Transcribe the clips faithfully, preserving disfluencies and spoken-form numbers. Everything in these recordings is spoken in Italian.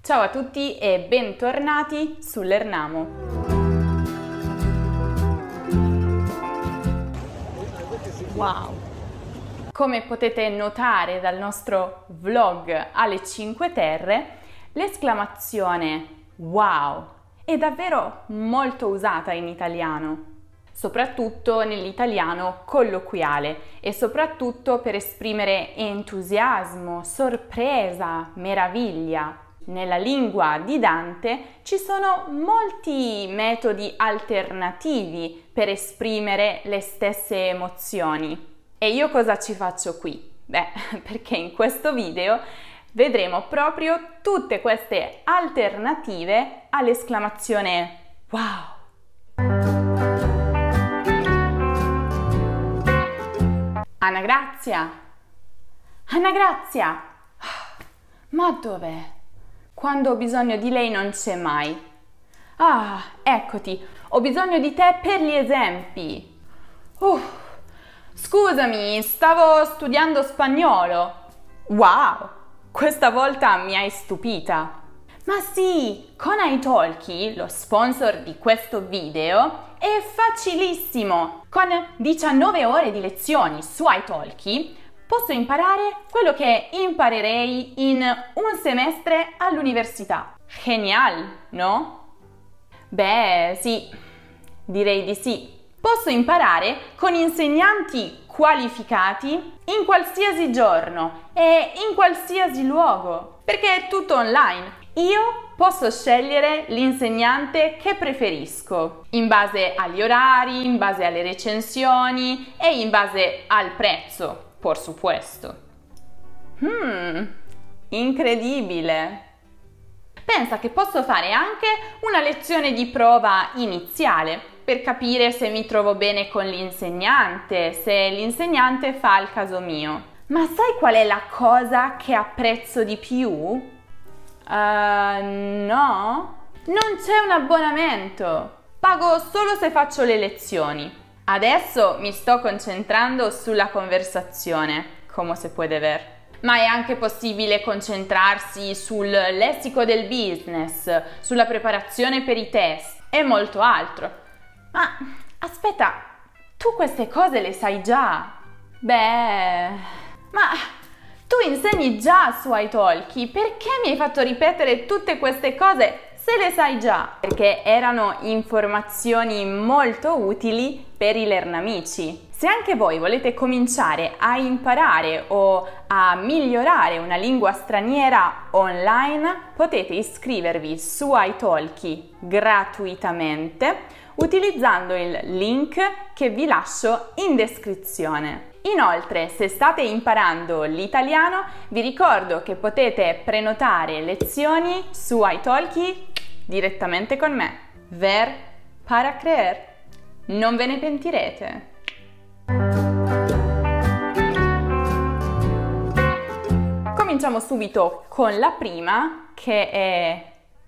Ciao a tutti e bentornati sull'Ernamo. Wow! Come potete notare dal nostro vlog alle Cinque Terre, l'esclamazione wow è davvero molto usata in italiano, soprattutto nell'italiano colloquiale e soprattutto per esprimere entusiasmo, sorpresa, meraviglia. Nella lingua di Dante ci sono molti metodi alternativi per esprimere le stesse emozioni. E io cosa ci faccio qui? Beh, perché in questo video vedremo proprio tutte queste alternative all'esclamazione wow! Anna Grazia! Anna Grazia! Ma dov'è? Quando ho bisogno di lei non c'è mai. Ah, eccoti, ho bisogno di te per gli esempi. Uh, scusami, stavo studiando spagnolo. Wow, questa volta mi hai stupita. Ma sì, con italki, lo sponsor di questo video, è facilissimo. Con diciannove ore di lezioni su italki posso imparare quello che imparerei in un semestre all'università. Genial, no? Beh, sì, direi di sì. Posso imparare con insegnanti qualificati in qualsiasi giorno e in qualsiasi luogo, perché è tutto online. Io posso scegliere l'insegnante che preferisco, in base agli orari, in base alle recensioni e in base al prezzo. Por supuesto. Hmm, incredibile! Pensa che posso fare anche una lezione di prova iniziale per capire se mi trovo bene con l'insegnante, se l'insegnante fa il caso mio. Ma sai qual è la cosa che apprezzo di più? Uh, no? Non c'è un abbonamento. Pago solo se faccio le lezioni. Adesso mi sto concentrando sulla conversazione, come si può vedere. Ma è anche possibile concentrarsi sul lessico del business, sulla preparazione per i test e molto altro. Ma aspetta, tu queste cose le sai già? Beh, ma tu insegni già su italki, perché mi hai fatto ripetere tutte queste cose se le sai già? Perché erano informazioni molto utili per i Lernamici. Se anche voi volete cominciare a imparare o a migliorare una lingua straniera online, potete iscrivervi su italki gratuitamente utilizzando il link che vi lascio in descrizione. Inoltre, se state imparando l'italiano, vi ricordo che potete prenotare lezioni su italki direttamente con me. Ver para creer. Non ve ne pentirete. Cominciamo subito con la prima, che è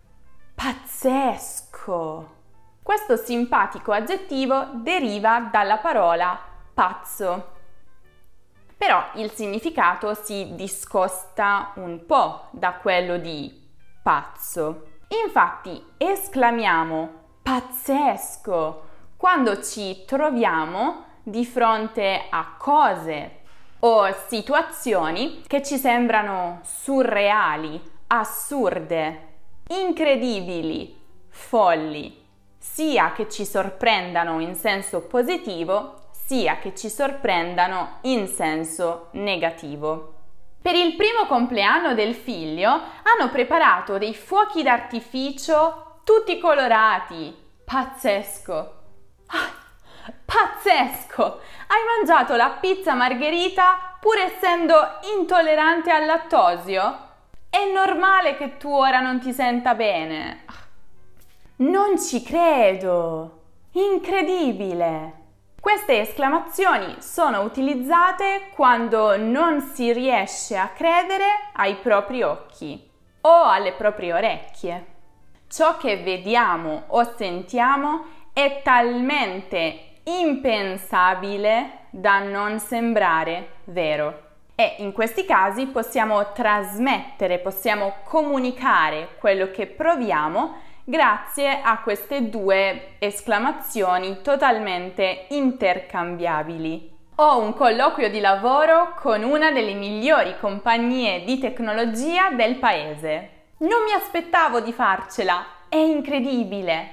pazzesco. Questo simpatico aggettivo deriva dalla parola pazzo. Però il significato si discosta un po' da quello di pazzo. Infatti esclamiamo pazzesco quando ci troviamo di fronte a cose o situazioni che ci sembrano surreali, assurde, incredibili, folli, sia che ci sorprendano in senso positivo, sia che ci sorprendano in senso negativo. Per il primo compleanno del figlio hanno preparato dei fuochi d'artificio tutti colorati. Pazzesco! Ah, pazzesco! Hai mangiato la pizza margherita pur essendo intollerante al lattosio? È normale che tu ora non ti senta bene. Non ci credo! Incredibile! Queste esclamazioni sono utilizzate quando non si riesce a credere ai propri occhi o alle proprie orecchie. Ciò che vediamo o sentiamo è talmente impensabile da non sembrare vero. E in questi casi possiamo trasmettere, possiamo comunicare quello che proviamo grazie a queste due esclamazioni totalmente intercambiabili. Ho un colloquio di lavoro con una delle migliori compagnie di tecnologia del paese. Non mi aspettavo di farcela, è incredibile!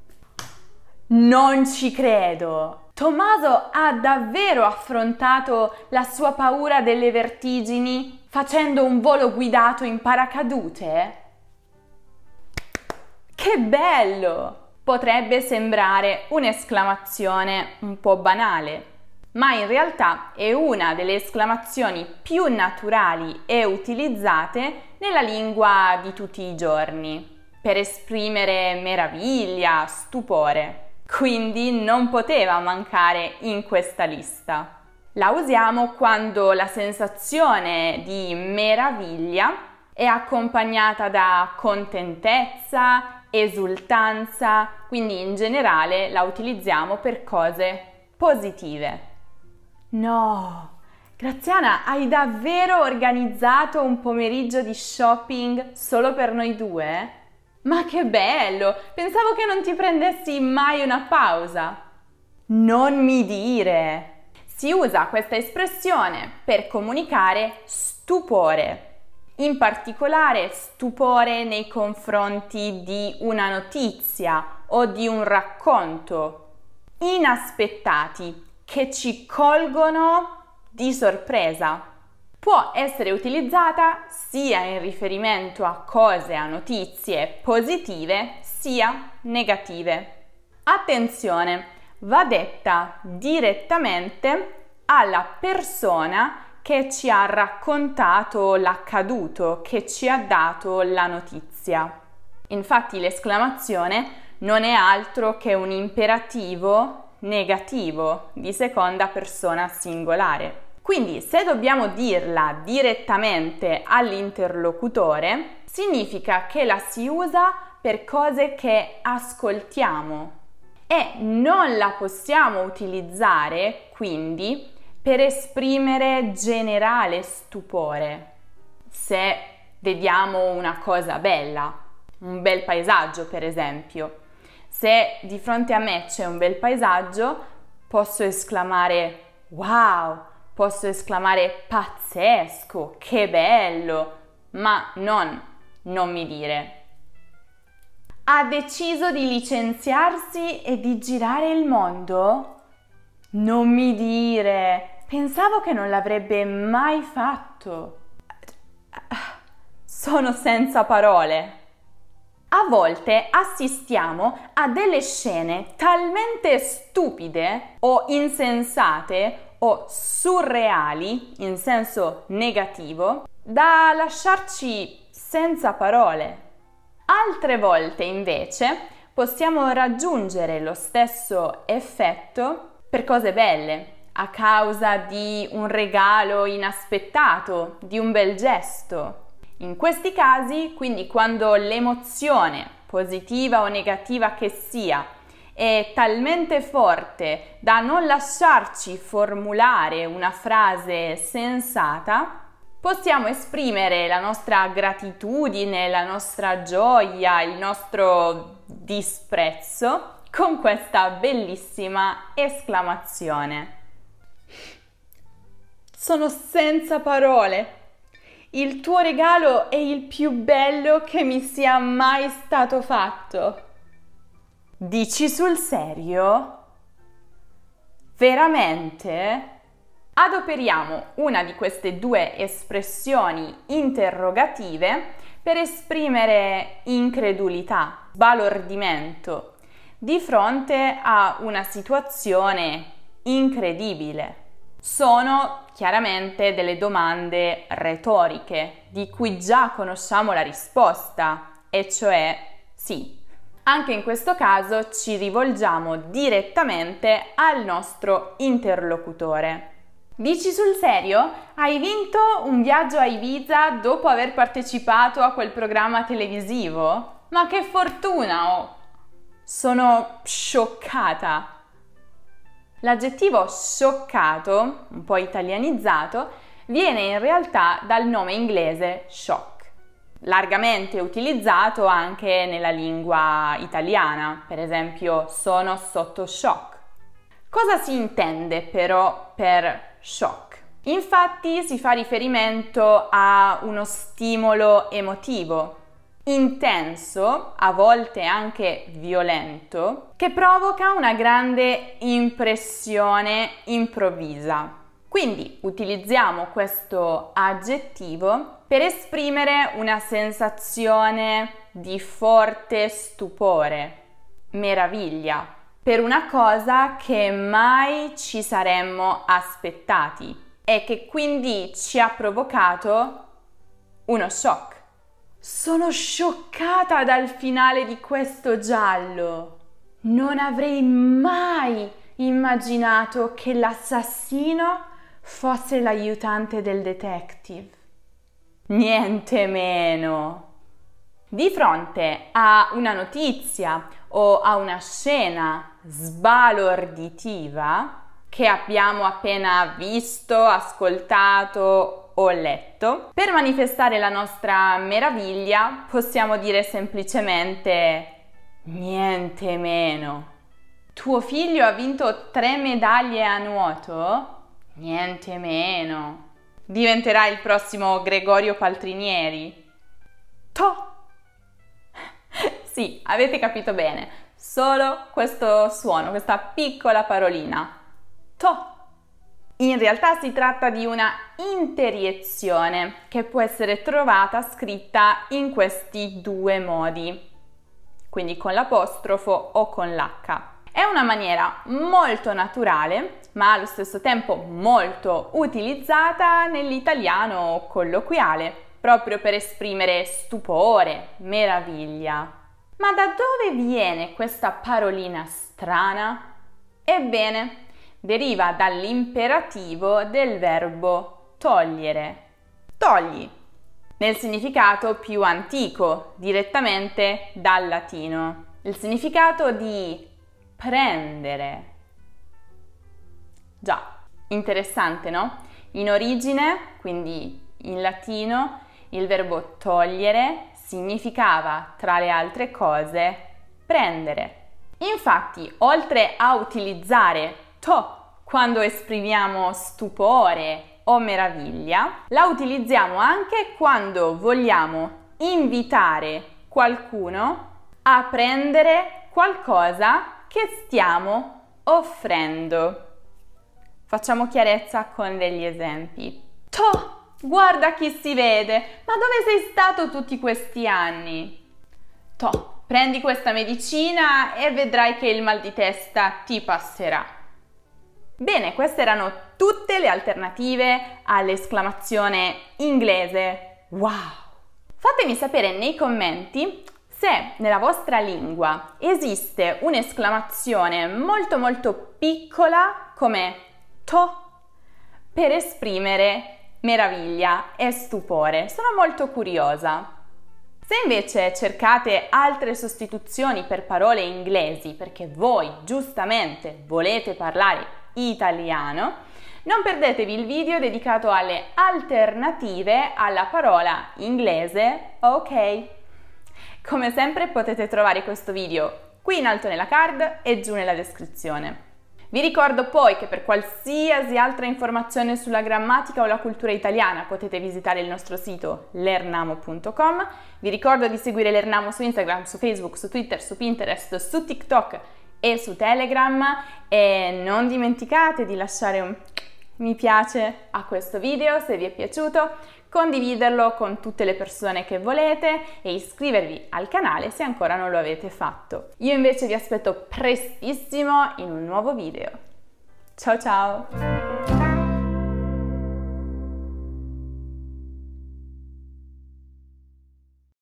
Non ci credo! Tommaso ha davvero affrontato la sua paura delle vertigini facendo un volo guidato in paracadute? Che bello! Potrebbe sembrare un'esclamazione un po' banale, ma in realtà è una delle esclamazioni più naturali e utilizzate nella lingua di tutti i giorni, per esprimere meraviglia, stupore. Quindi non poteva mancare in questa lista. La usiamo quando la sensazione di meraviglia è accompagnata da contentezza, esultanza, quindi in generale la utilizziamo per cose positive. No, Graziana, hai davvero organizzato un pomeriggio di shopping solo per noi due? Ma che bello! Pensavo che non ti prendessi mai una pausa. Non mi dire! Si usa questa espressione per comunicare stupore. In particolare stupore nei confronti di una notizia o di un racconto inaspettati che ci colgono di sorpresa. Può essere utilizzata sia in riferimento a cose, a notizie positive, sia negative. Attenzione, va detta direttamente alla persona che ci ha raccontato l'accaduto, che ci ha dato la notizia. Infatti l'esclamazione non è altro che un imperativo negativo di seconda persona singolare. Quindi se dobbiamo dirla direttamente all'interlocutore, significa che la si usa per cose che ascoltiamo e non la possiamo utilizzare quindi per esprimere generale stupore. Se vediamo una cosa bella, un bel paesaggio per esempio, se di fronte a me c'è un bel paesaggio, posso esclamare wow, posso esclamare pazzesco, che bello, ma non non mi dire. Ha deciso di licenziarsi e di girare il mondo? Non mi dire, pensavo che non l'avrebbe mai fatto. Sono senza parole. A volte assistiamo a delle scene talmente stupide o insensate o surreali, in senso negativo, da lasciarci senza parole. Altre volte invece possiamo raggiungere lo stesso effetto per cose belle, a causa di un regalo inaspettato, di un bel gesto. In questi casi, quindi quando l'emozione, positiva o negativa che sia, è talmente forte da non lasciarci formulare una frase sensata, possiamo esprimere la nostra gratitudine, la nostra gioia, il nostro disprezzo con questa bellissima esclamazione. Sono senza parole. Il tuo regalo è il più bello che mi sia mai stato fatto. Dici sul serio? Veramente? Adoperiamo una di queste due espressioni interrogative per esprimere incredulità, sbalordimento di fronte a una situazione incredibile. Sono chiaramente delle domande retoriche di cui già conosciamo la risposta, e cioè sì. Anche in questo caso ci rivolgiamo direttamente al nostro interlocutore. Dici sul serio? Hai vinto un viaggio a Ibiza dopo aver partecipato a quel programma televisivo? Ma che fortuna ho! Sono scioccata. L'aggettivo scioccato, un po' italianizzato, viene in realtà dal nome inglese shock, largamente utilizzato anche nella lingua italiana, per esempio sono sotto shock. Cosa si intende però per shock? Infatti si fa riferimento a uno stimolo emotivo intenso, a volte anche violento, che provoca una grande impressione improvvisa. Quindi utilizziamo questo aggettivo per esprimere una sensazione di forte stupore, meraviglia, per una cosa che mai ci saremmo aspettati e che quindi ci ha provocato uno shock. Sono scioccata dal finale di questo giallo. Non avrei mai immaginato che l'assassino fosse l'aiutante del detective. Niente meno. Di fronte a una notizia o a una scena sbalorditiva che abbiamo appena visto, ascoltato o letto, per manifestare la nostra meraviglia possiamo dire semplicemente niente meno. Tuo figlio ha vinto tre medaglie a nuoto? Niente meno. Diventerà il prossimo Gregorio Paltrinieri? To! Sì, avete capito bene, solo questo suono, questa piccola parolina. To! In realtà si tratta di una interiezione che può essere trovata scritta in questi due modi, quindi con l'apostrofo o con l'H. È una maniera molto naturale, ma allo stesso tempo molto utilizzata nell'italiano colloquiale, proprio per esprimere stupore, meraviglia. Ma da dove viene questa parolina strana? Ebbene, deriva dall'imperativo del verbo togliere. Togli, nel significato più antico, direttamente dal latino. Il significato di prendere. Già, interessante, no? In origine, quindi in latino, il verbo togliere significava, tra le altre cose, prendere. Infatti, oltre a utilizzare to quando esprimiamo stupore o meraviglia, la utilizziamo anche quando vogliamo invitare qualcuno a prendere qualcosa che stiamo offrendo. Facciamo chiarezza con degli esempi. To, guarda chi si vede! Ma dove sei stato tutti questi anni? To, prendi questa medicina e vedrai che il mal di testa ti passerà. Bene, queste erano tutte le alternative all'esclamazione inglese wow. Fatemi sapere nei commenti se nella vostra lingua esiste un'esclamazione molto molto piccola come to per esprimere meraviglia e stupore. Sono molto curiosa. Se invece cercate altre sostituzioni per parole inglesi perché voi giustamente volete parlare italiano, non perdetevi il video dedicato alle alternative alla parola inglese ok. Come sempre potete trovare questo video qui in alto nella card e giù nella descrizione. Vi ricordo poi che per qualsiasi altra informazione sulla grammatica o la cultura italiana potete visitare il nostro sito lernamo punto com. Vi ricordo di seguire Lernamo su Instagram, su Facebook, su Twitter, su Pinterest, su TikTok e su Telegram e non dimenticate di lasciare un mi piace a questo video se vi è piaciuto, condividerlo con tutte le persone che volete e iscrivervi al canale se ancora non lo avete fatto. Io invece vi aspetto prestissimo in un nuovo video. Ciao ciao!